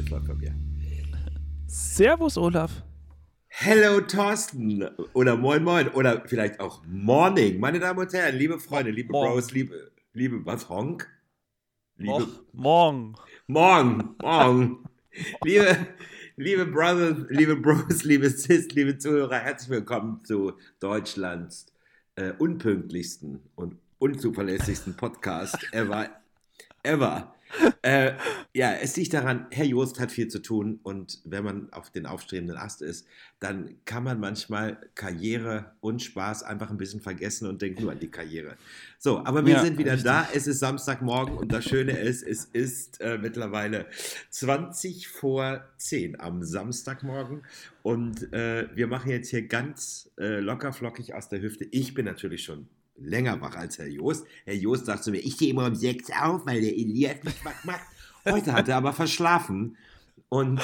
es läuft bei mir. Servus, Olaf. Hello, Thorsten. Oder moin, moin. Oder vielleicht auch Morning. Meine Damen und Herren, liebe Freunde, liebe Morgen. Bros, liebe, was, Honk? Liebe, Morgen. morgen. Liebe Brothers, liebe Bros, liebe Sis, liebe Zuhörer, herzlich willkommen zu Deutschlands unpünktlichsten und unzuverlässigsten Podcast ever. Ja, es liegt daran, Herr Jost hat viel zu tun und wenn man auf den aufstrebenden Ast ist, dann kann man manchmal Karriere und Spaß einfach ein bisschen vergessen und denkt nur an die Karriere. So, aber wir sind wieder richtig. da. Es ist Samstagmorgen und das Schöne ist, es ist mittlerweile 20 vor 10 am Samstagmorgen und wir machen jetzt hier ganz locker flockig aus der Hüfte. Ich bin natürlich schon länger wach als Herr Jost. Herr Jost sagt zu mir, ich stehe immer um 6 auf, weil der Elias mich wach macht. Heute hat er aber verschlafen und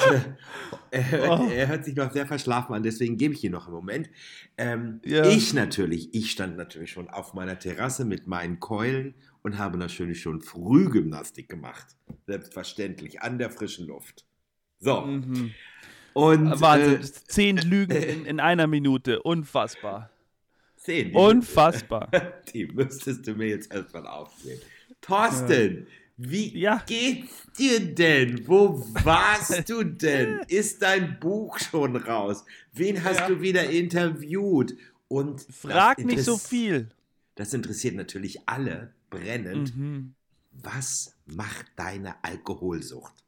er hört sich noch sehr verschlafen an, deswegen gebe ich ihn noch einen Moment. Ja. Ich stand natürlich schon auf meiner Terrasse mit meinen Keulen und habe natürlich schon Frühgymnastik gemacht. Selbstverständlich, an der frischen Luft. So. Mhm. Und, Wahnsinn, 10 Lügen in einer Minute, unfassbar. 10. Unfassbar. Die müsstest du mir jetzt erstmal aufsehen. Thorsten, wie geht's dir denn? Wo warst du denn? Ist dein Buch schon raus? Wen hast du wieder interviewt? Und frag nicht so viel. Das interessiert natürlich alle brennend. Was macht deine Alkoholsucht?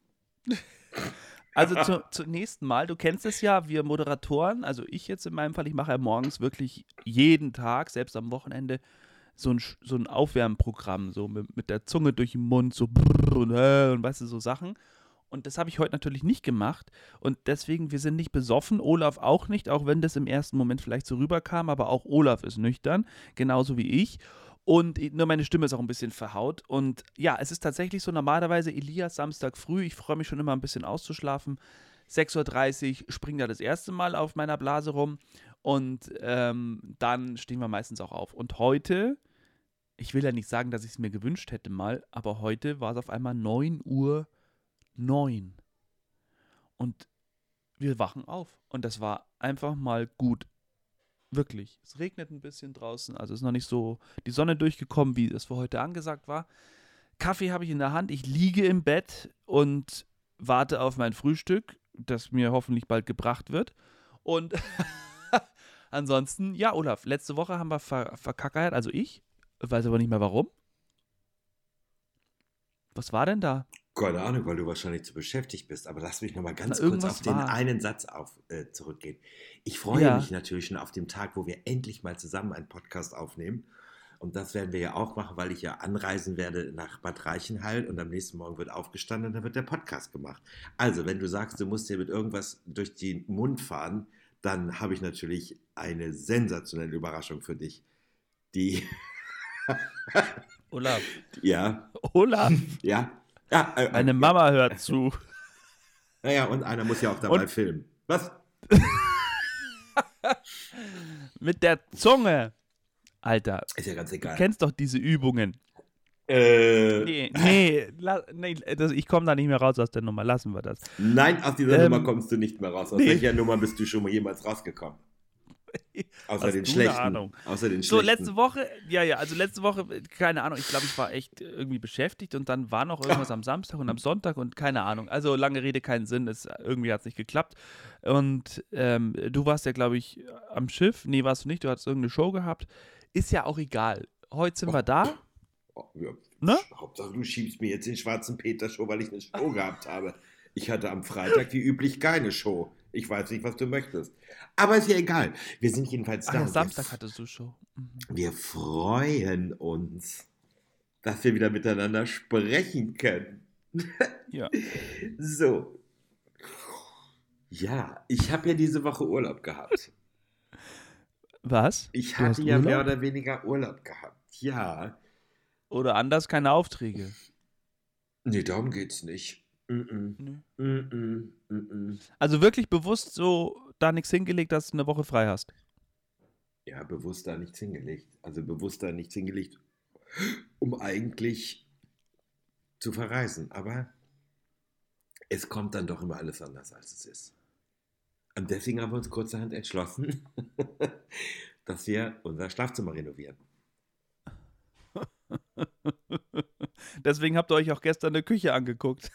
Also zunächst mal, du kennst es ja, wir Moderatoren, also ich jetzt in meinem Fall, ich mache ja morgens wirklich jeden Tag, selbst am Wochenende, so ein Aufwärmprogramm, so mit der Zunge durch den Mund, so und weißt du, so Sachen. Und das habe ich heute natürlich nicht gemacht. Und deswegen, wir sind nicht besoffen, Olaf auch nicht, auch wenn das im ersten Moment vielleicht so rüberkam, aber auch Olaf ist nüchtern, genauso wie ich. Und nur meine Stimme ist auch ein bisschen verhaut. Und ja, es ist tatsächlich so, normalerweise Elias Samstag früh, ich freue mich schon immer ein bisschen auszuschlafen. 6:30 Uhr springt er das erste Mal auf meiner Blase rum und dann stehen wir meistens auch auf. Und heute, ich will ja nicht sagen, dass ich es mir gewünscht hätte mal, aber heute war es auf einmal 9:09 Uhr. Und wir wachen auf. Und das war einfach mal gut. Wirklich. Es regnet ein bisschen draußen, also ist noch nicht so die Sonne durchgekommen, wie es für heute angesagt war. Kaffee habe ich in der Hand, ich liege im Bett und warte auf mein Frühstück, das mir hoffentlich bald gebracht wird. Und ansonsten, ja, Olaf, letzte Woche haben wir verkackert, also ich, weiß aber nicht mehr warum. Was war denn da? Keine Ahnung, weil du wahrscheinlich zu beschäftigt bist. Aber lass mich noch mal ganz kurz Irgendwas auf den war. einen Satz zurückgehen. Ich freue mich natürlich schon auf den Tag, wo wir endlich mal zusammen einen Podcast aufnehmen. Und das werden wir ja auch machen, weil ich ja anreisen werde nach Bad Reichenhall und am nächsten Morgen wird aufgestanden und dann wird der Podcast gemacht. Also, wenn du sagst, du musst dir mit irgendwas durch den Mund fahren, dann habe ich natürlich eine sensationelle Überraschung für dich. Die Olaf. Ja. Olaf. Ja. Meine Mama hört zu. Naja, und einer muss ja auch dabei filmen. Was? Mit der Zunge. Alter. Ist ja ganz egal. Du kennst doch diese Übungen. Nee, ich komme da nicht mehr raus aus der Nummer. Lassen wir das. Nein, aus dieser Nummer kommst du nicht mehr raus. Aus welcher Nummer bist du schon mal jemals rausgekommen? Außer den schlechten. Ahnung. Außer den so, schlechten. letzte Woche, keine Ahnung, ich glaube, ich war echt irgendwie beschäftigt und dann war noch irgendwas am Samstag und am Sonntag und keine Ahnung. Also lange Rede, keinen Sinn, irgendwie hat es nicht geklappt. Und du warst ja, glaube ich, am Schiff. Nee, warst du nicht, du hattest irgendeine Show gehabt. Ist ja auch egal. Heute sind wir da. Ja. Ne? Hauptsache, du schiebst mir jetzt den schwarzen Peter-Show, weil ich eine Show gehabt habe. Ich hatte am Freitag wie üblich keine Show. Ich weiß nicht, was du möchtest. Aber ist ja egal. Wir sind jedenfalls da. Ja, Samstag hattest du Show. Wir freuen uns, dass wir wieder miteinander sprechen können. Ja. So. Ja, ich habe ja diese Woche Urlaub gehabt. Was? Ich hatte ja mehr oder weniger Urlaub gehabt. Ja. Oder anders keine Aufträge. Nee, darum geht's nicht. Also wirklich bewusst so da nichts hingelegt, dass du eine Woche frei hast? Ja, bewusst da nichts hingelegt. Also bewusst da nichts hingelegt, um eigentlich zu verreisen. Aber es kommt dann doch immer alles anders, als es ist. Und deswegen haben wir uns kurzerhand entschlossen, dass wir unser Schlafzimmer renovieren. Deswegen habt ihr euch auch gestern eine Küche angeguckt.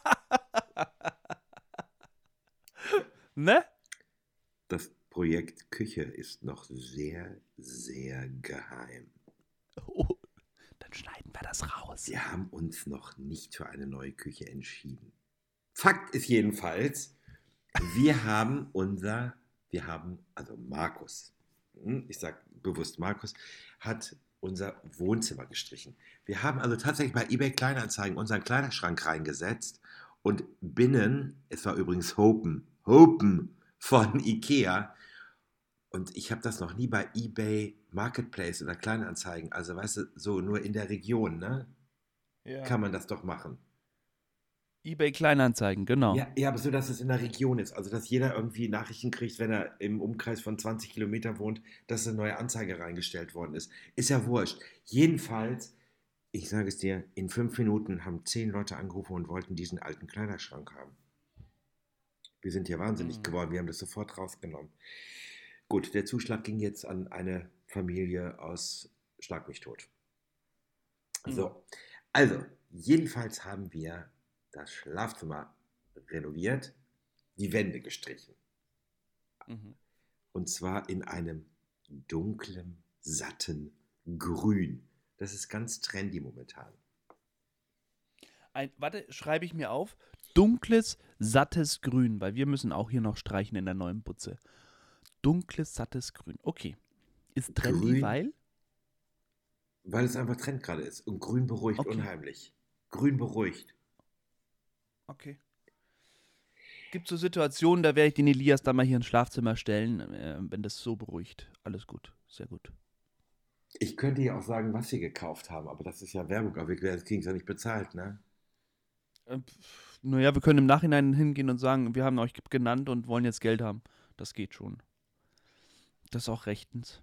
Ne? Das Projekt Küche ist noch sehr, sehr geheim. Oh, dann schneiden wir das raus. Wir haben uns noch nicht für eine neue Küche entschieden. Fakt ist jedenfalls, also Markus, ich sage bewusst Markus, hat unser Wohnzimmer gestrichen. Wir haben also tatsächlich bei eBay Kleinanzeigen unseren Kleiderschrank reingesetzt und es war übrigens Hopen von Ikea, und ich habe das noch nie bei eBay Marketplace oder Kleinanzeigen, also weißt du, so nur in der Region, ne? Ja. Kann man das doch machen. eBay Kleinanzeigen, genau. Ja, aber so, dass es in der Region ist. Also, dass jeder irgendwie Nachrichten kriegt, wenn er im Umkreis von 20 Kilometer wohnt, dass eine neue Anzeige reingestellt worden ist. Ist ja wurscht. Jedenfalls, ich sage es dir, in 5 Minuten haben 10 Leute angerufen und wollten diesen alten Kleiderschrank haben. Wir sind hier wahnsinnig geworden. Wir haben das sofort rausgenommen. Gut, der Zuschlag ging jetzt an eine Familie aus Schlag mich tot. So, also, jedenfalls haben wir das Schlafzimmer renoviert, die Wände gestrichen. Und zwar in einem dunklen, satten Grün. Das ist ganz trendy momentan. Warte, schreibe ich mir auf. Dunkles, sattes Grün, weil wir müssen auch hier noch streichen in der neuen Putze. Dunkles, sattes Grün. Okay. Ist trendy, Grün, weil? Weil es einfach Trend gerade ist. Und grün beruhigt unheimlich. Grün beruhigt. Okay. Gibt so Situationen, da werde ich den Elias dann mal hier ins Schlafzimmer stellen, wenn das so beruhigt. Alles gut. Sehr gut. Ich könnte ja auch sagen, was wir gekauft haben, aber das ist ja Werbung, aber wir kriegen es ja nicht bezahlt, ne? Naja, wir können im Nachhinein hingehen und sagen, wir haben euch genannt und wollen jetzt Geld haben. Das geht schon. Das ist auch rechtens.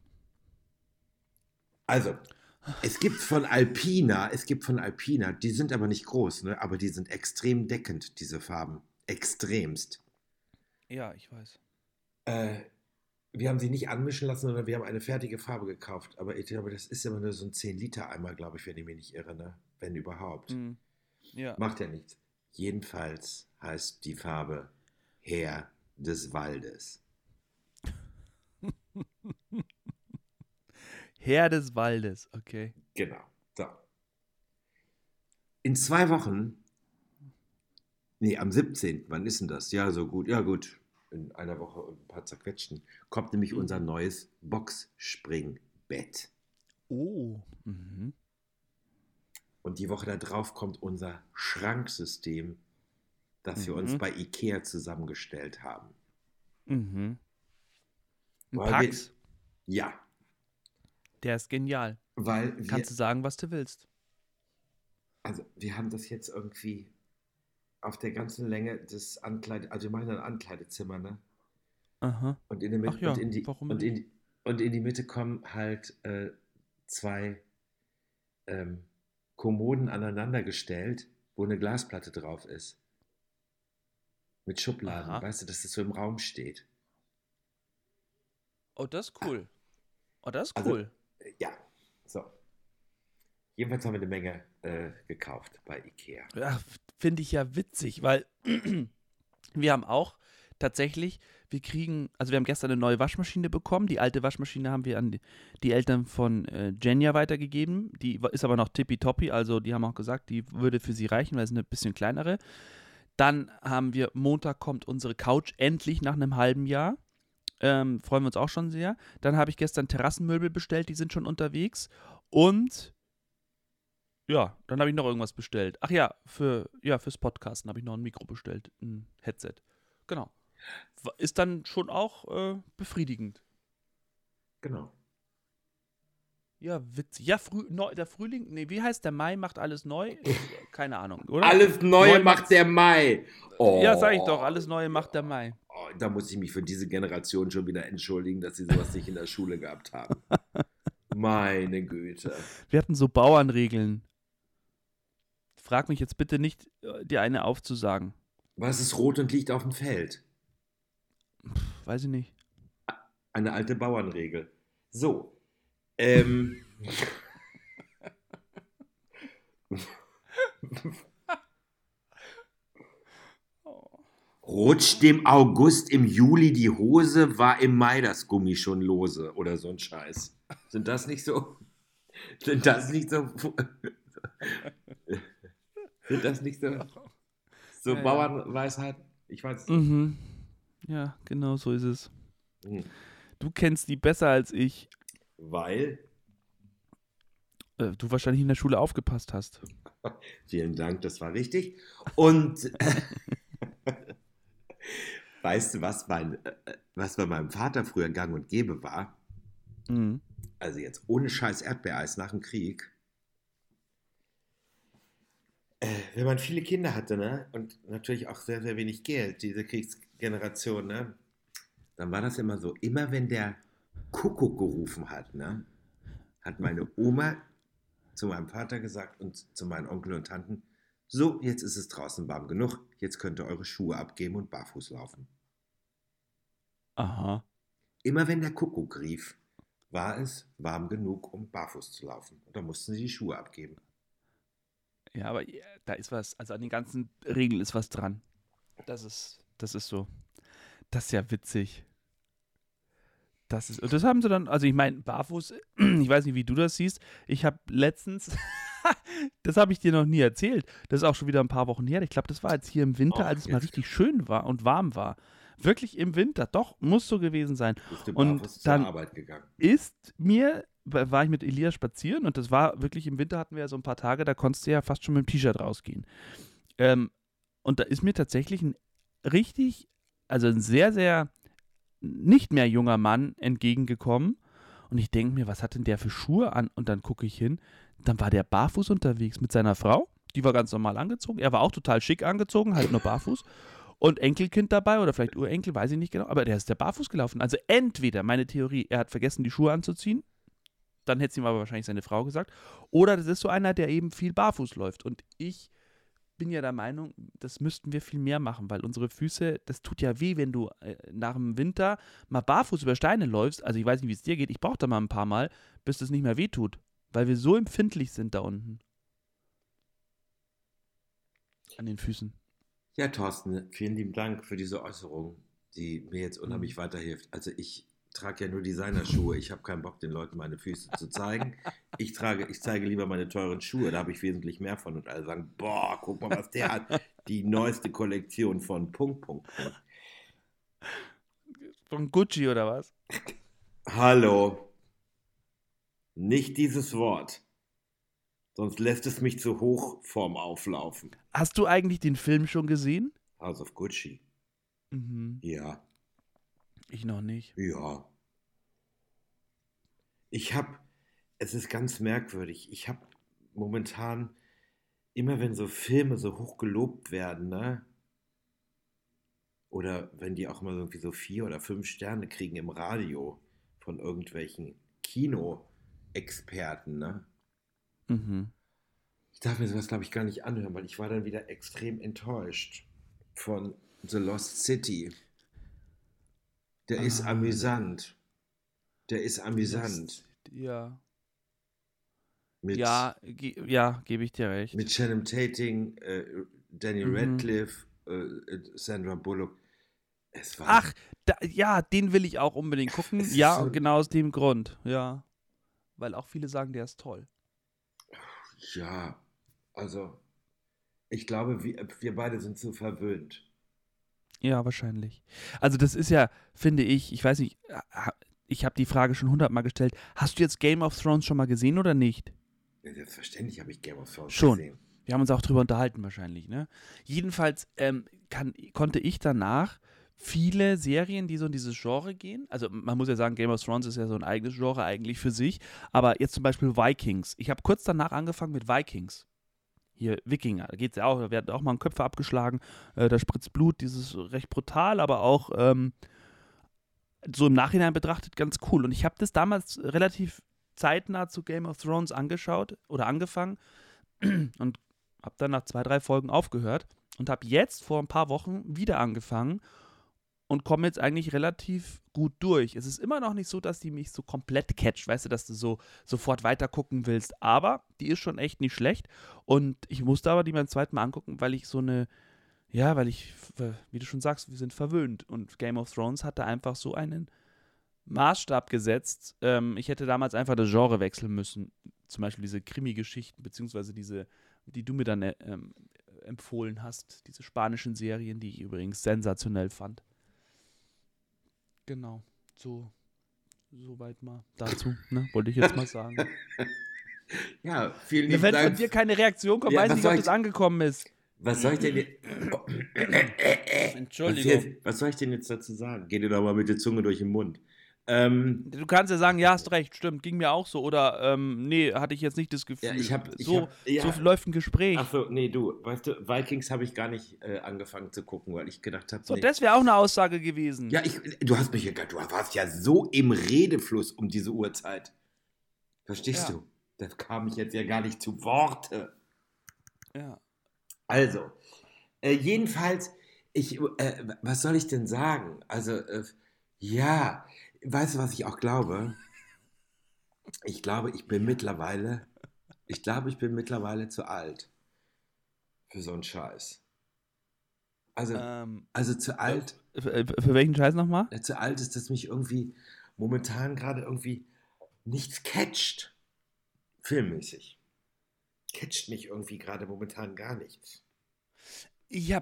Also, es gibt von Alpina, die sind aber nicht groß, ne? Aber die sind extrem deckend, diese Farben. Extremst. Ja, ich weiß. Wir haben sie nicht anmischen lassen, sondern wir haben eine fertige Farbe gekauft. Aber ich glaube, das ist immer nur so ein 10-Liter-Eimer, glaube ich, wenn ich mich nicht irre, ne? Wenn überhaupt. Ja. Macht ja nichts. Jedenfalls heißt die Farbe Herr des Waldes. Herr des Waldes, okay. Genau. So. In 2 Wochen, am 17., wann ist denn das? Ja, so gut, ja gut, in einer Woche und ein paar zerquetschten, kommt nämlich unser neues Boxspringbett. Oh. Und die Woche darauf kommt unser Schranksystem, das wir uns bei Ikea zusammengestellt haben. Ein Pax? Ja. Der ist genial. Kannst du sagen, was du willst. Also wir haben das jetzt irgendwie auf der ganzen Länge des also wir machen ein Ankleidezimmer, ne? Aha. Und in der Mitte, warum und in die Mitte kommen halt 2 Kommoden aneinandergestellt, wo eine Glasplatte drauf ist. Mit Schubladen, weißt du, dass das so im Raum steht. Oh, das ist cool. Also, ja, so. Jedenfalls haben wir eine Menge gekauft bei Ikea. Ja, finde ich ja witzig, weil wir haben auch tatsächlich, wir haben gestern eine neue Waschmaschine bekommen. Die alte Waschmaschine haben wir an die Eltern von Jenja weitergegeben. Die ist aber noch tippitoppi, also die haben auch gesagt, die würde für sie reichen, weil es eine bisschen kleinere. Dann haben wir, Montag kommt unsere Couch endlich nach einem halben Jahr. Freuen wir uns auch schon sehr. Dann habe ich gestern Terrassenmöbel bestellt, die sind schon unterwegs. Und ja, dann habe ich noch irgendwas bestellt. Ach ja, fürs Podcasten habe ich noch ein Mikro bestellt, ein Headset. Genau. Ist dann schon auch befriedigend. Genau. Ja, witzig. Ja, der Frühling, wie heißt der Mai macht alles neu? Keine Ahnung, oder? Alles Neue macht der Mai. Oh. Ja, sag ich doch, alles Neue macht der Mai. Oh, da muss ich mich für diese Generation schon wieder entschuldigen, dass sie sowas nicht in der Schule gehabt haben. Meine Güte. Wir hatten so Bauernregeln. Frag mich jetzt bitte nicht, dir eine aufzusagen. Was ist rot und liegt auf dem Feld? Weiß ich nicht. Eine alte Bauernregel. So. Ähm, Rutscht dem August im Juli die Hose, war im Mai das Gummi schon lose. Oder so ein Scheiß. Sind das nicht so? Sind das nicht so? Sind das nicht so? So Ja. Bauernweisheiten? Ich weiß es nicht. Mhm. Ja, genau so ist es. Hm. Du kennst die besser als ich. Weil, Du wahrscheinlich in der Schule aufgepasst hast. vielen Dank, das war richtig. Und weißt du, was bei meinem Vater früher gang und gäbe war? Mhm. Also jetzt ohne Scheiß Erdbeereis nach dem Krieg. Wenn man viele Kinder hatte, ne? Und natürlich auch sehr, sehr wenig Geld, diese Kriegsgeneration, ne? Dann war das immer so, immer wenn der Kuckuck gerufen hat, ne? Hat meine Oma zu meinem Vater gesagt und zu meinen Onkel und Tanten, so, jetzt ist es draußen warm genug, jetzt könnt ihr eure Schuhe abgeben und barfuß laufen. Aha. Immer wenn der Kuckuck rief, war es warm genug, um barfuß zu laufen. Und da mussten sie die Schuhe abgeben. Ja, aber da ist was, also an den ganzen Regeln ist was dran. Das ist so. Das ist ja witzig. Und das haben sie dann, also ich meine, barfuß, ich weiß nicht, wie du das siehst. Ich habe letztens, das habe ich dir noch nie erzählt, das ist auch schon wieder ein paar Wochen her. Ich glaube, das war jetzt hier im Winter, Ach, als es mal jetzt. richtig schön war und warm war. Wirklich im Winter, doch, muss so gewesen sein. Bist du Und barfuß zur dann Arbeit gegangen? war ich mit Elias spazieren und das war wirklich im Winter, hatten wir ja so ein paar Tage, da konntest du ja fast schon mit dem T-Shirt rausgehen. Und da ist mir tatsächlich also ein sehr, sehr nicht mehr junger Mann entgegengekommen. Und ich denke mir, was hat denn der für Schuhe an? Und dann gucke ich hin, dann war der barfuß unterwegs mit seiner Frau. Die war ganz normal angezogen. Er war auch total schick angezogen, halt nur barfuß. Und Enkelkind dabei oder vielleicht Urenkel, weiß ich nicht genau. Aber der ist ja barfuß gelaufen. Also entweder, meine Theorie, er hat vergessen, die Schuhe anzuziehen. Dann hätte es ihm aber wahrscheinlich seine Frau gesagt. Oder das ist so einer, der eben viel barfuß läuft. Und ich bin ja der Meinung, das müssten wir viel mehr machen, weil unsere Füße, das tut ja weh, wenn du nach dem Winter mal barfuß über Steine läufst. Also ich weiß nicht, wie es dir geht. Ich brauche da mal ein paar Mal, bis das nicht mehr weh tut, weil wir so empfindlich sind da unten. An den Füßen. Ja, Thorsten, vielen lieben Dank für diese Äußerung, die mir jetzt unheimlich weiterhilft. Also ich trage ja nur Designerschuhe. Ich habe keinen Bock, den Leuten meine Füße zu zeigen. Ich zeige lieber meine teuren Schuhe. Da habe ich wesentlich mehr von. Und alle sagen, boah, guck mal, was der hat. Die neueste Kollektion von Punkt. Von Gucci oder was? Hallo. Nicht dieses Wort. Sonst lässt es mich zu Hochform auflaufen. Hast du eigentlich den Film schon gesehen? House of Gucci. Mhm. Ja. Ich noch nicht. Ja. Es ist ganz merkwürdig, ich habe momentan, immer wenn so Filme so hoch gelobt werden, ne? Oder wenn die auch mal irgendwie so 4 oder 5 Sterne kriegen im Radio von irgendwelchen Kino-Experten, ne? Mhm. Ich darf mir sowas, glaube ich, gar nicht anhören, weil ich war dann wieder extrem enttäuscht von The Lost City. Der ist amüsant. Der ist amüsant. Ja. Mit, Ja, gebe ich dir recht. mit Channing Tatum, Danny Radcliffe, Sandra Bullock. Es war Ach, ja, den will ich auch unbedingt gucken. Es ist Ja, so- und genau aus dem Grund. Ja. Weil auch viele sagen, der ist toll. ja, also ich glaube, wir beide sind so verwöhnt. Ja, wahrscheinlich. Also das ist ja, finde ich weiß nicht, ich habe die Frage schon 100-mal gestellt. Hast du jetzt Game of Thrones schon mal gesehen oder nicht? Ja, selbstverständlich habe ich Game of Thrones Schon. gesehen. Wir haben uns auch drüber unterhalten wahrscheinlich, ne? Jedenfalls konnte ich danach viele Serien, die so in dieses Genre gehen, also man muss ja sagen, Game of Thrones ist ja so ein eigenes Genre eigentlich für sich, aber jetzt zum Beispiel Vikings. Ich habe kurz danach angefangen mit Vikings. Hier, Wikinger, da geht es ja auch, da werden auch mal Köpfe abgeschlagen, da spritzt Blut, dieses recht brutal, aber auch so im Nachhinein betrachtet ganz cool. Und ich habe das damals relativ zeitnah zu Game of Thrones angeschaut oder angefangen und habe dann nach 2, 3 Folgen aufgehört. und habe jetzt vor ein paar Wochen wieder angefangen und komme jetzt eigentlich relativ gut durch. Es ist immer noch nicht so, dass die mich so komplett catcht, weißt du, dass du so sofort weiter gucken willst, aber die ist schon echt nicht schlecht und ich musste aber die beim zweiten Mal angucken, weil ich wie du schon sagst, wir sind verwöhnt und Game of Thrones hatte einfach so einen Maßstab gesetzt. Ich hätte damals einfach das Genre wechseln müssen, zum Beispiel diese Krimi-Geschichten, beziehungsweise diese, die du mir dann empfohlen hast, diese spanischen Serien, die ich übrigens sensationell fand. Genau, soweit mal dazu, ne? Wollte ich jetzt mal sagen. Ja, vielen lieben Wenn Dank. von dir keine Reaktion kommt, Ja, weiß ich nicht, ob das angekommen ist. Was soll ich denn Entschuldigung. Was soll ich denn jetzt dazu sagen? Geh dir doch mal mit der Zunge durch den Mund. Du kannst ja sagen, ja, hast recht, stimmt, ging mir auch so. Oder, nee, hatte ich jetzt nicht das Gefühl. So läuft ein Gespräch. Achso, nee, du, weißt du, Vikings habe ich gar nicht angefangen zu gucken, weil ich gedacht habe. So, nee. Das wäre auch eine Aussage gewesen. Ja, du warst ja so im Redefluss um diese Uhrzeit. Verstehst du? Da kam ich jetzt ja gar nicht zu Worte. Ja. Also, jedenfalls, was soll ich denn sagen? Also, ja, weißt du, was ich auch glaube? Ich glaube, ich bin mittlerweile zu alt für so einen Scheiß. Also zu alt. Für welchen Scheiß nochmal? Zu alt ist, dass mich irgendwie momentan gerade irgendwie nichts catcht. Filmmäßig. Catcht mich irgendwie gerade momentan gar nichts. Ich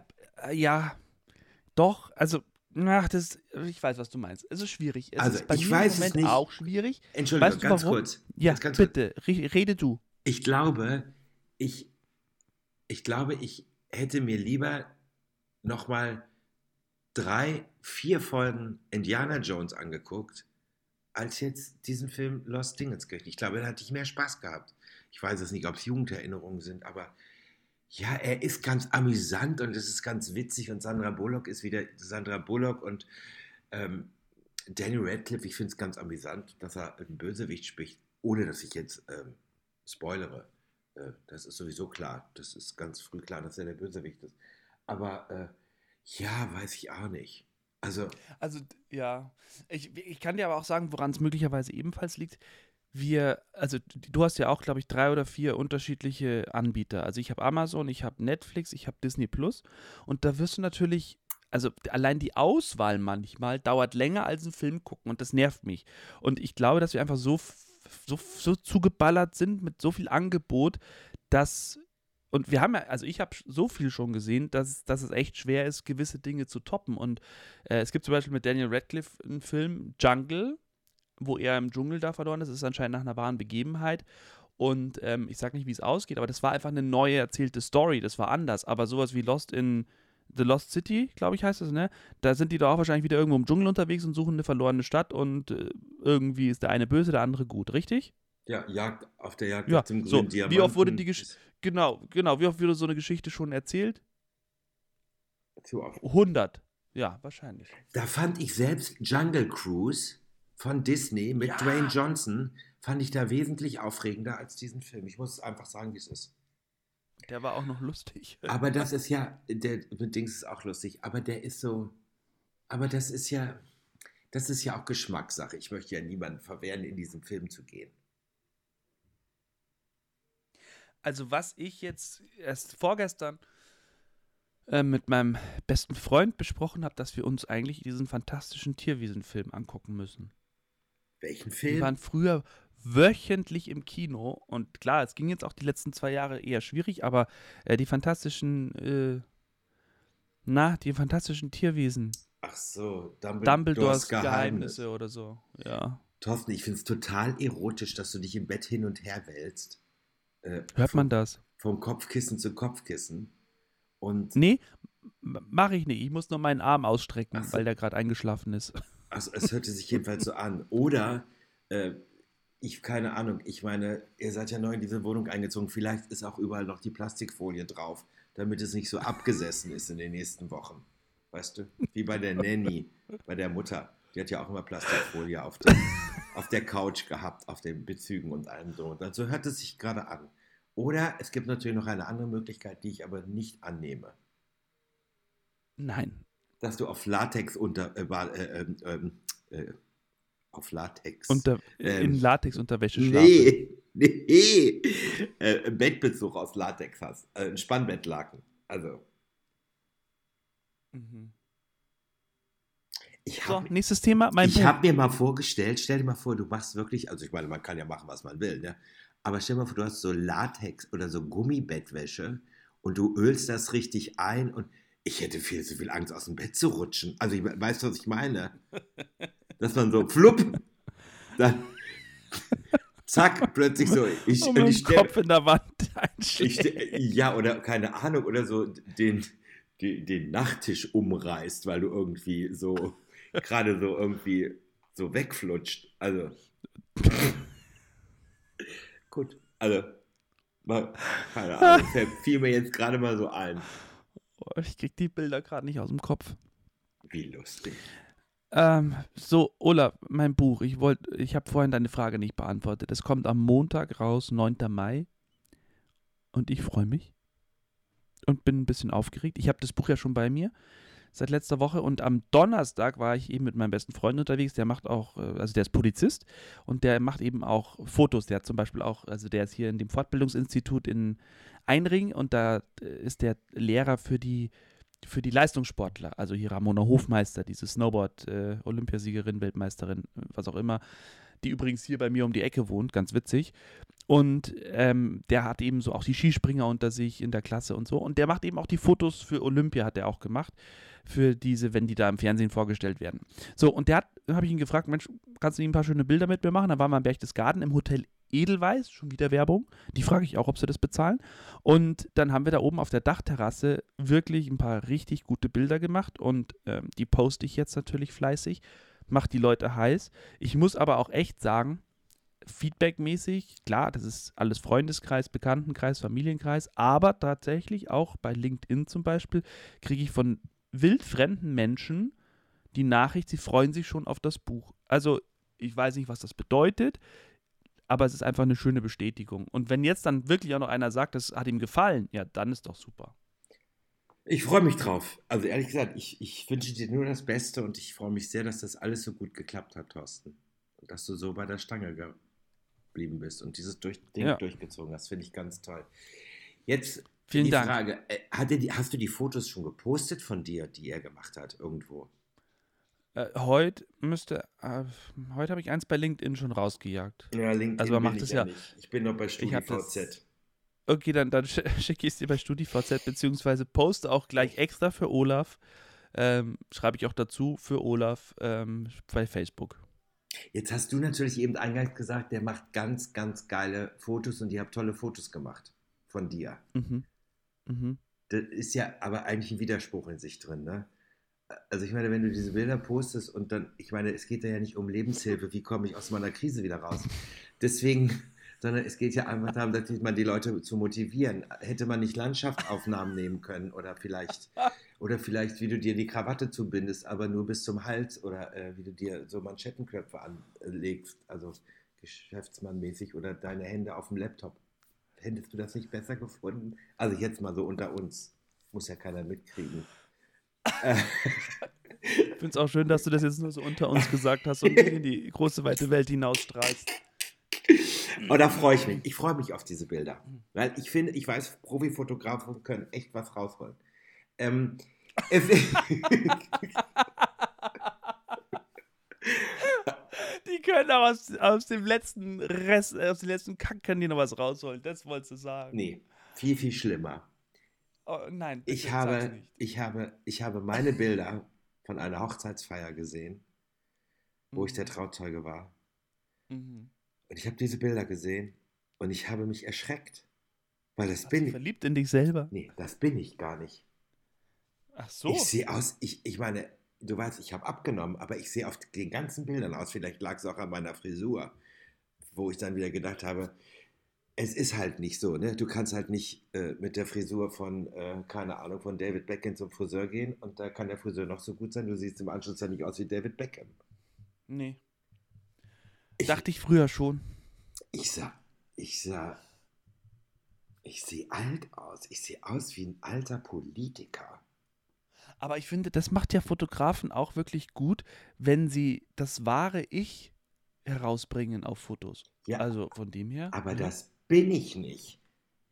doch, also, ich weiß, was du meinst. Es ist schwierig. Es ist bei mir im Moment auch schwierig. Entschuldigung, weißt du, ganz warum? kurz. Ja, ganz bitte, rede du. Ich glaube, ich hätte mir lieber nochmal 3, 4 Folgen Indiana Jones angeguckt, als jetzt diesen Film Lost Dingenskirchen. Ich glaube, da hatte ich mehr Spaß gehabt. Ich weiß es nicht, ob es Jugenderinnerungen sind, aber ja, er ist ganz amüsant und es ist ganz witzig und Sandra Bullock ist wieder Sandra Bullock und Daniel Radcliffe, ich finde es ganz amüsant, dass er einen Bösewicht spricht, ohne dass ich jetzt spoilere. Das ist sowieso klar. Das ist ganz früh klar, dass er der Bösewicht ist. Aber ja, weiß ich auch nicht. Also ja. Ich kann dir aber auch sagen, woran es möglicherweise ebenfalls liegt. Du hast ja auch, glaube ich, 3 oder 4 unterschiedliche Anbieter. Also ich habe Amazon, ich habe Netflix, ich habe Disney Plus und da wirst du natürlich, also allein die Auswahl manchmal dauert länger als ein Film gucken und das nervt mich. Und ich glaube, dass wir einfach so zugeballert sind mit so viel Angebot, und wir haben ja, also ich habe so viel schon gesehen, dass es echt schwer ist, gewisse Dinge zu toppen. Und es gibt zum Beispiel mit Daniel Radcliffe einen Film, Jungle, wo er im Dschungel da verloren ist. Das ist anscheinend nach einer wahren Begebenheit. Und ich sage nicht, wie es ausgeht, aber das war einfach eine neue erzählte Story. Das war anders. Aber sowas wie Lost in The Lost City, glaube ich, heißt das, ne? Da sind die doch auch wahrscheinlich wieder irgendwo im Dschungel unterwegs und suchen eine verlorene Stadt und irgendwie ist der eine böse, der andere gut, richtig? Ja, auf der Jagd nach dem grünen Diamanten. Wie oft wurde die Geschichte, genau, wie oft wurde so eine Geschichte schon erzählt? Zu oft. 100. Ja, wahrscheinlich. Da fand ich selbst Jungle Cruise von Disney mit Dwayne Johnson, fand ich da wesentlich aufregender als diesen Film. Ich muss einfach sagen, wie es ist. Der war auch noch lustig. Aber das ist ja, der Dings ist auch lustig, aber der ist so, aber das ist ja auch Geschmackssache. Ich möchte ja niemanden verwehren, in diesen Film zu gehen. Also was ich jetzt erst vorgestern mit meinem besten Freund besprochen habe, dass wir uns eigentlich diesen fantastischen Tierwesen-Film angucken müssen. Welchen Film? Wir waren früher wöchentlich im Kino und klar, es ging jetzt auch die letzten 2 Jahre eher schwierig, aber die fantastischen Tierwesen. Ach so, Dumbledores Geheimnisse oder so, ja. Thorsten, ich finde es total erotisch, dass du dich im Bett hin und her wälzt. Hört man das? Vom Kopfkissen zu Kopfkissen. Und nee, mache ich nicht. Ich muss nur meinen Arm ausstrecken, weil der gerade eingeschlafen ist. Also es hörte sich jedenfalls so an. Oder, keine Ahnung, ich meine, ihr seid ja neu in diese Wohnung eingezogen. Vielleicht ist auch überall noch die Plastikfolie drauf, damit es nicht so abgesessen ist in den nächsten Wochen. Weißt du? Wie bei der Nanny, bei der Mutter. Die hat ja auch immer Plastikfolie auf der Couch gehabt, auf den Bezügen und allem so. Und so hört es sich gerade an. Oder es gibt natürlich noch eine andere Möglichkeit, die ich aber nicht annehme. Nein. Dass du auf Latex auf Latex. In Latex-Unterwäsche schlafen. Nee. Bettbezug aus Latex hast. Ein Spannbettlaken. Also. Mhm. Nächstes Thema. Ich habe mir mal vorgestellt, stell dir mal vor, du machst wirklich, also ich meine, man kann ja machen, was man will, ne? Aber stell dir mal vor, du hast so Latex oder so Gummibettwäsche und du ölst das richtig ein und ich hätte viel zu viel Angst, aus dem Bett zu rutschen. Also, weißt du, was ich meine? Dass man so flupp, dann zack, plötzlich so. Den Kopf in der Wand einschlägt. Ja, oder keine Ahnung, oder so den Nachttisch umreißt, weil du irgendwie so, gerade so irgendwie so wegflutscht. Also, gut, also, keine Ahnung, fiel mir jetzt gerade mal so ein. Ich krieg die Bilder gerade nicht aus dem Kopf. Wie lustig. So, Olaf, mein Buch. Ich habe vorhin deine Frage nicht beantwortet. Es kommt am Montag raus, 9. Mai. Und ich freue mich. Und bin ein bisschen aufgeregt. Ich habe das Buch ja schon bei mir seit letzter Woche. Und am Donnerstag war ich eben mit meinem besten Freund unterwegs. Der macht auch, also der ist Polizist. Und der macht eben auch Fotos. Der hat zum Beispiel auch, also der ist hier in dem Fortbildungsinstitut in Einring. Und da ist der Lehrer für die Leistungssportler, also hier Ramona Hofmeister, diese Snowboard-Olympiasiegerin, Weltmeisterin, was auch immer, die übrigens hier bei mir um die Ecke wohnt, ganz witzig. Und der hat eben so auch die Skispringer unter sich in der Klasse und so. Und der macht eben auch die Fotos für Olympia, hat er auch gemacht, für diese, wenn die da im Fernsehen vorgestellt werden. So, und habe ich ihn gefragt, Mensch, kannst du ihm ein paar schöne Bilder mit mir machen? Da waren wir am Berchtesgaden im Hotel Edelweiss, schon wieder Werbung. Die frage ich auch, ob sie das bezahlen. Und dann haben wir da oben auf der Dachterrasse wirklich ein paar richtig gute Bilder gemacht und die poste ich jetzt natürlich fleißig, mache die Leute heiß. Ich muss aber auch echt sagen, feedbackmäßig, klar, das ist alles Freundeskreis, Bekanntenkreis, Familienkreis, aber tatsächlich auch bei LinkedIn zum Beispiel kriege ich von wildfremden Menschen die Nachricht, sie freuen sich schon auf das Buch. Also ich weiß nicht, was das bedeutet, aber es ist einfach eine schöne Bestätigung. Und wenn jetzt dann wirklich auch noch einer sagt, das hat ihm gefallen, ja, dann ist doch super. Ich freue mich drauf. Also ehrlich gesagt, ich wünsche dir nur das Beste und ich freue mich sehr, dass das alles so gut geklappt hat, Thorsten. Und dass du so bei der Stange geblieben bist und dieses Ding durchgezogen hast, finde ich ganz toll. Jetzt die Frage, hast du die Fotos schon gepostet von dir, die er gemacht hat, irgendwo? Heute habe ich eins bei LinkedIn schon rausgejagt. Ja, LinkedIn also man macht es ja nicht. Ich bin noch bei StudiVZ. Okay, dann schicke ich es dir bei StudiVZ, beziehungsweise poste auch gleich extra für Olaf. Schreibe ich auch dazu für Olaf bei Facebook. Jetzt hast du natürlich eben eingangs gesagt, der macht ganz, ganz geile Fotos und ihr habt tolle Fotos gemacht von dir. Mhm. Mhm. Das ist ja aber eigentlich ein Widerspruch in sich drin, ne? Also ich meine, wenn du diese Bilder postest und dann, ich meine, es geht ja nicht um Lebenshilfe, wie komme ich aus meiner Krise wieder raus. Deswegen, sondern es geht ja einfach darum, dass man die Leute zu motivieren. Hätte man nicht Landschaftsaufnahmen nehmen können oder vielleicht, wie du dir die Krawatte zubindest, aber nur bis zum Hals oder wie du dir so Manschettenknöpfe anlegst, also geschäftsmannmäßig oder deine Hände auf dem Laptop. Hättest du das nicht besser gefunden? Also jetzt mal so unter uns. Muss ja keiner mitkriegen. Ich finde es auch schön, dass du das jetzt nur so unter uns gesagt hast und in die große, weite Welt hinausstrahlst. Oh, da freue ich mich. Ich freue mich auf diese Bilder. Weil ich weiß, Profifotografen können echt was rausholen. Die können aber aus dem letzten Rest, aus dem letzten Kack können die noch was rausholen. Das wolltest du sagen. Nee, viel, viel schlimmer. Oh, nein, bitte, ich habe meine Bilder von einer Hochzeitsfeier gesehen, wo ich der Trauzeuge war. Und ich habe diese Bilder gesehen und ich habe mich erschreckt. Weil das bin ich. Verliebt in dich selber? Nee, das bin ich gar nicht. Ach so. Ich sehe aus, ich meine, du weißt, ich habe abgenommen, aber ich sehe auf den ganzen Bildern aus, vielleicht lag es auch an meiner Frisur, wo ich dann wieder gedacht habe, es ist halt nicht so, ne? Du kannst halt nicht mit der Frisur von, keine Ahnung, von David Beckham zum Friseur gehen und da kann der Friseur noch so gut sein, du siehst im Anschluss ja nicht aus wie David Beckham. Nee. Dachte ich früher schon. Ich sehe alt aus. Ich sehe aus wie ein alter Politiker. Aber ich finde, das macht ja Fotografen auch wirklich gut, wenn sie das wahre Ich herausbringen auf Fotos. Ja, Also von dem her. aber Ja. das bin ich nicht.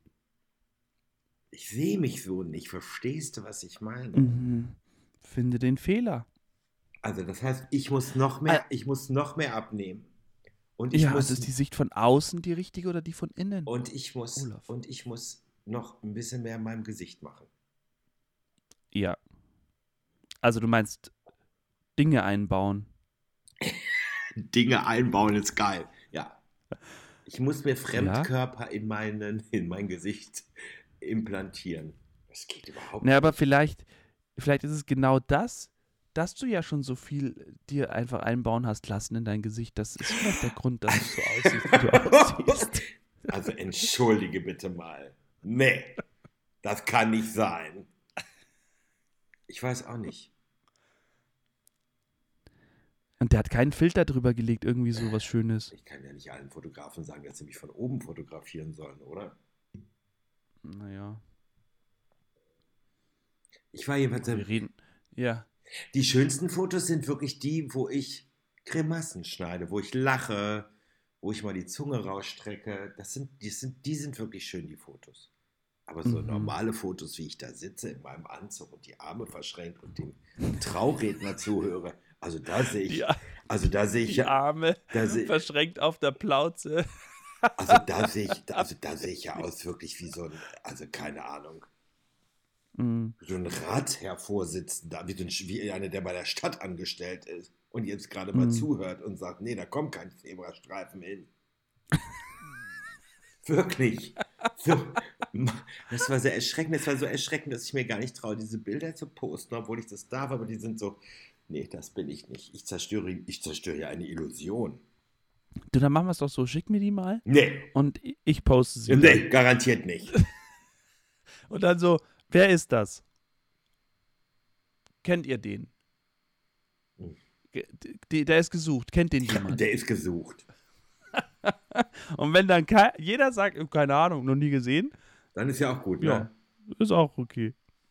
Ich sehe mich so nicht. Verstehst du, was ich meine? Mhm. Finde den Fehler. Also das heißt, ich muss noch mehr abnehmen. Und ich Ja, muss, also ist die Sicht von außen die richtige oder die von innen? und ich muss, Olaf. und ich muss noch ein bisschen mehr in meinem Gesicht machen. Ja. Also du meinst Dinge einbauen. Dinge einbauen ist geil. Ja. Ich muss mir Fremdkörper in mein Gesicht implantieren. Das geht überhaupt Na, aber nicht. vielleicht ist es genau das, dass du ja schon so viel dir einfach einbauen hast lassen in dein Gesicht. Das ist vielleicht der Grund, dass du so aussiehst, wie du aussiehst. Also entschuldige bitte mal. Nee, das kann nicht sein. Ich weiß auch nicht. Und der hat keinen Filter drüber gelegt, irgendwie so was Schönes. Ich kann ja nicht allen Fotografen sagen, dass sie mich von oben fotografieren sollen, oder? Naja, Ich war jedenfalls. wir reden. Ja. Die schönsten Fotos sind wirklich die, wo ich Grimassen schneide, wo ich lache, wo ich mal die Zunge rausstrecke. Die sind wirklich schön, die Fotos. Aber so normale Fotos, wie ich da sitze in meinem Anzug und die Arme verschränkt und dem Trauredner zuhöre, also da sehe ich, Die Arme verschränkt auf der Plauze. da sehe ich ja aus wirklich wie so ein, also keine Ahnung, so ein Ratshervorsitzender, wie einer, der bei der Stadt angestellt ist und jetzt gerade mal zuhört und sagt, nee, da kommt kein Zebrastreifen hin. Wirklich. So, das war sehr erschreckend. Das war so erschreckend, dass ich mir gar nicht traue, diese Bilder zu posten, obwohl ich das darf, aber die sind so, nee, das bin ich nicht. Ich zerstöre ja eine Illusion. Du, dann machen wir es doch so. Schick mir die mal. Nee. Und ich poste sie. Nee, garantiert nicht. Und dann so, wer ist das? Kennt ihr den? Der ist gesucht. Kennt den jemand? Der ist gesucht. Und wenn dann jeder sagt, keine Ahnung, noch nie gesehen, dann ist ja auch gut, ja, ne? Ist auch okay.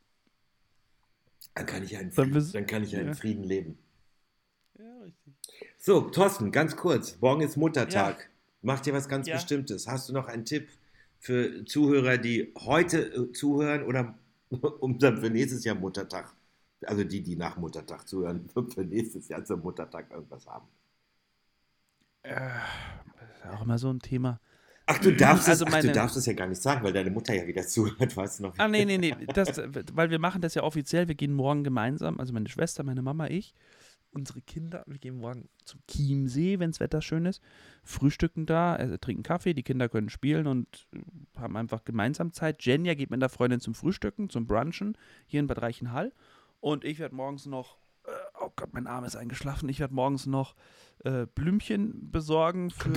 Dann kann ich ja in Ja. Frieden leben. Ja, richtig. So, Thorsten, ganz kurz. Morgen ist Muttertag. Ja. Mach dir was ganz Ja. Bestimmtes. Hast du noch einen Tipp für Zuhörer, die heute zuhören oder um dann für nächstes Jahr Muttertag, also die nach Muttertag zuhören, für nächstes Jahr zum Muttertag irgendwas haben? Das ist auch immer so ein Thema. Ach, du darfst Also du darfst es ja gar nicht sagen, weil deine Mutter ja wieder zuhört, weißt du noch? Ah, nee. Weil wir machen das ja offiziell. Wir gehen morgen gemeinsam, also meine Schwester, meine Mama, ich, unsere Kinder, wir gehen morgen zum Chiemsee, wenn das Wetter schön ist, frühstücken da, trinken Kaffee, die Kinder können spielen und haben einfach gemeinsam Zeit. Jenja geht mit der Freundin zum Frühstücken, zum Brunchen, hier in Bad Reichenhall. Und ich werde morgens noch, oh Gott, mein Arm ist eingeschlafen, ich werde morgens noch Blümchen besorgen für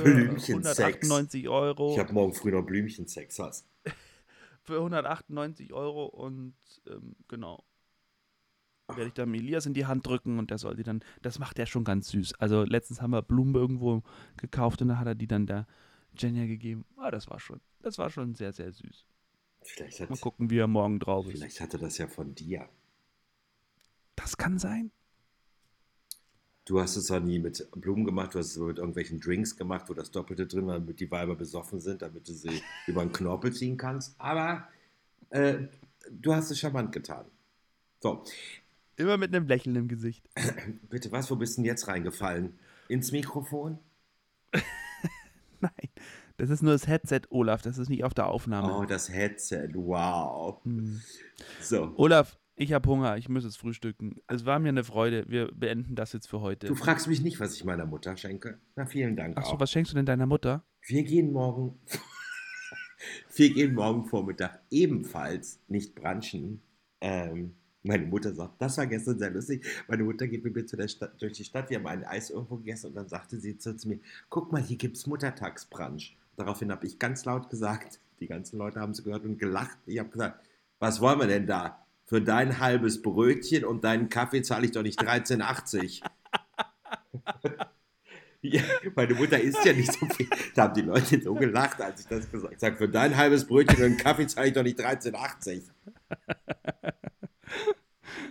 198 Euro. Ich habe morgen früh noch Blümchensex. Für 198 Euro und genau. Werde ich dann Elias in die Hand drücken und der soll die dann, das macht er schon ganz süß. Also letztens haben wir Blumen irgendwo gekauft und da hat er die dann der Jenja gegeben. Das war schon sehr, sehr süß. Mal gucken, wie er morgen drauf ist. Vielleicht hatte das ja von dir. Das kann sein. Du hast es ja nie mit Blumen gemacht, du hast es mit irgendwelchen Drinks gemacht, wo das Doppelte drin war, damit die Weiber besoffen sind, damit du sie über den Knorpel ziehen kannst. Aber du hast es charmant getan. So. Immer mit einem Lächeln im Gesicht. Bitte was, wo bist du denn jetzt reingefallen? Ins Mikrofon? Nein, das ist nur das Headset, Olaf, das ist nicht auf der Aufnahme. Oh, das Headset, wow. So. Olaf, ich habe Hunger, ich muss jetzt frühstücken. Es war mir eine Freude, wir beenden das jetzt für heute. Du fragst mich nicht, was ich meiner Mutter schenke. Na, vielen Dank. Ach so, was schenkst du denn deiner Mutter? Wir gehen morgen Vormittag ebenfalls nicht brunchen. Meine Mutter sagt, das war gestern sehr lustig. Meine Mutter geht mit mir durch die Stadt. Wir haben ein Eis irgendwo gegessen und dann sagte sie zu mir, guck mal, hier gibt es Muttertagsbrunch. Daraufhin habe ich ganz laut gesagt, die ganzen Leute haben es gehört und gelacht. Ich habe gesagt, was wollen wir denn da? Für dein halbes Brötchen und deinen Kaffee zahle ich doch nicht 13,80. Ja, meine Mutter isst ja nicht so viel. Da haben die Leute so gelacht, als ich das gesagt habe. Ich sage, für dein halbes Brötchen und einen Kaffee zahle ich doch nicht 13,80.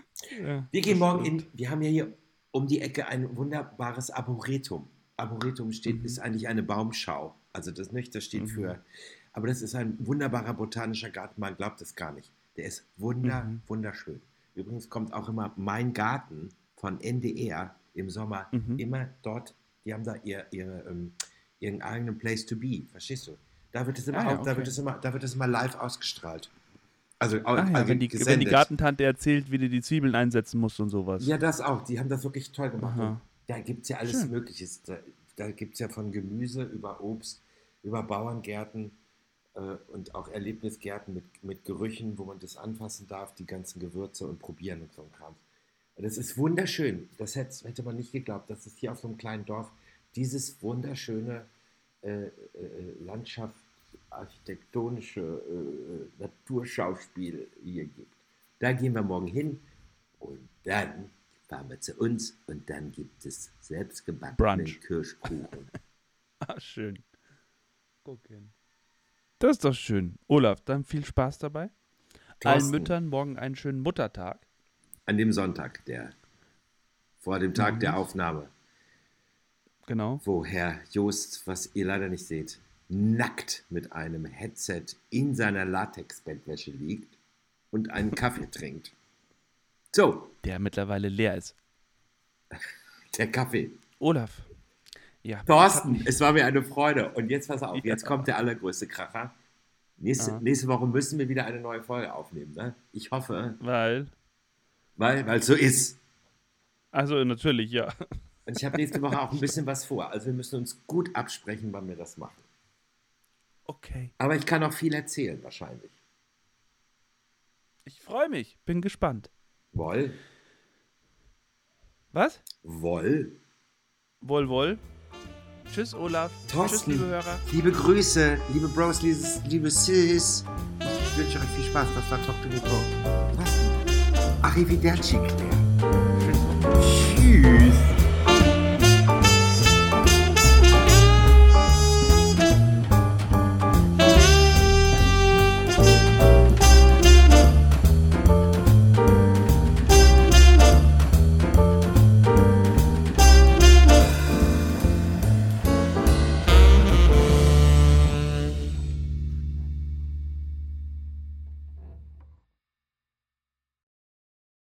Ja, Wir gehen morgen wir haben ja hier um die Ecke ein wunderbares Arboretum. Arboretum ist eigentlich eine Baumschau. Also das steht für, aber das ist ein wunderbarer botanischer Garten, man glaubt es gar nicht. Der ist wunderschön. Übrigens kommt auch immer Mein Garten von NDR im Sommer immer dort, die haben da ihren eigenen Place to be, verstehst du? Da wird es immer, da wird es immer live ausgestrahlt. Also wenn die Gartentante erzählt, wie du die Zwiebeln einsetzen musst und sowas. Ja, das auch. Die haben das wirklich toll gemacht. Und da gibt es ja alles Mögliche. Da gibt es ja von Gemüse über Obst, über Bauerngärten und auch Erlebnisgärten mit Gerüchen, wo man das anfassen darf, die ganzen Gewürze und probieren und so ein Kram. Das ist wunderschön. Das hätte man nicht geglaubt, dass es hier auf so einem kleinen Dorf dieses wunderschöne Landschaft, architektonische Naturschauspiel hier gibt. Da gehen wir morgen hin und dann fahren wir zu uns und dann gibt es selbstgebackenen Kirschkuchen. Schön. Gucken. Das ist doch schön. Olaf, dann viel Spaß dabei. Thorsten, allen Müttern morgen einen schönen Muttertag. An dem Sonntag, vor dem Tag der Aufnahme. Genau. Wo Herr Jost, was ihr leider nicht seht, nackt mit einem Headset in seiner Latex-Bettwäsche liegt und einen Kaffee trinkt. So. Der mittlerweile leer ist. Der Kaffee. Olaf. Ja. Thorsten, es war mir eine Freude. Und jetzt pass auf, jetzt kommt der allergrößte Kracher. Nächste Woche müssen wir wieder eine neue Folge aufnehmen. Ne? Ich hoffe. Weil es so ist. Also natürlich, ja. Und ich habe nächste Woche auch ein bisschen was vor. Also wir müssen uns gut absprechen, wann wir das machen. Okay. Aber ich kann auch viel erzählen, wahrscheinlich. Ich freue mich. Bin gespannt. Woll. Was? Woll. Woll. Tschüss, Olaf. Thorsten, tschüss, liebe Hörer. Liebe Grüße, liebe Bros, liebe Sis. Ich wünsche euch viel Spaß. Das war Talk to Me Bro. Thorsten. Arrivederci.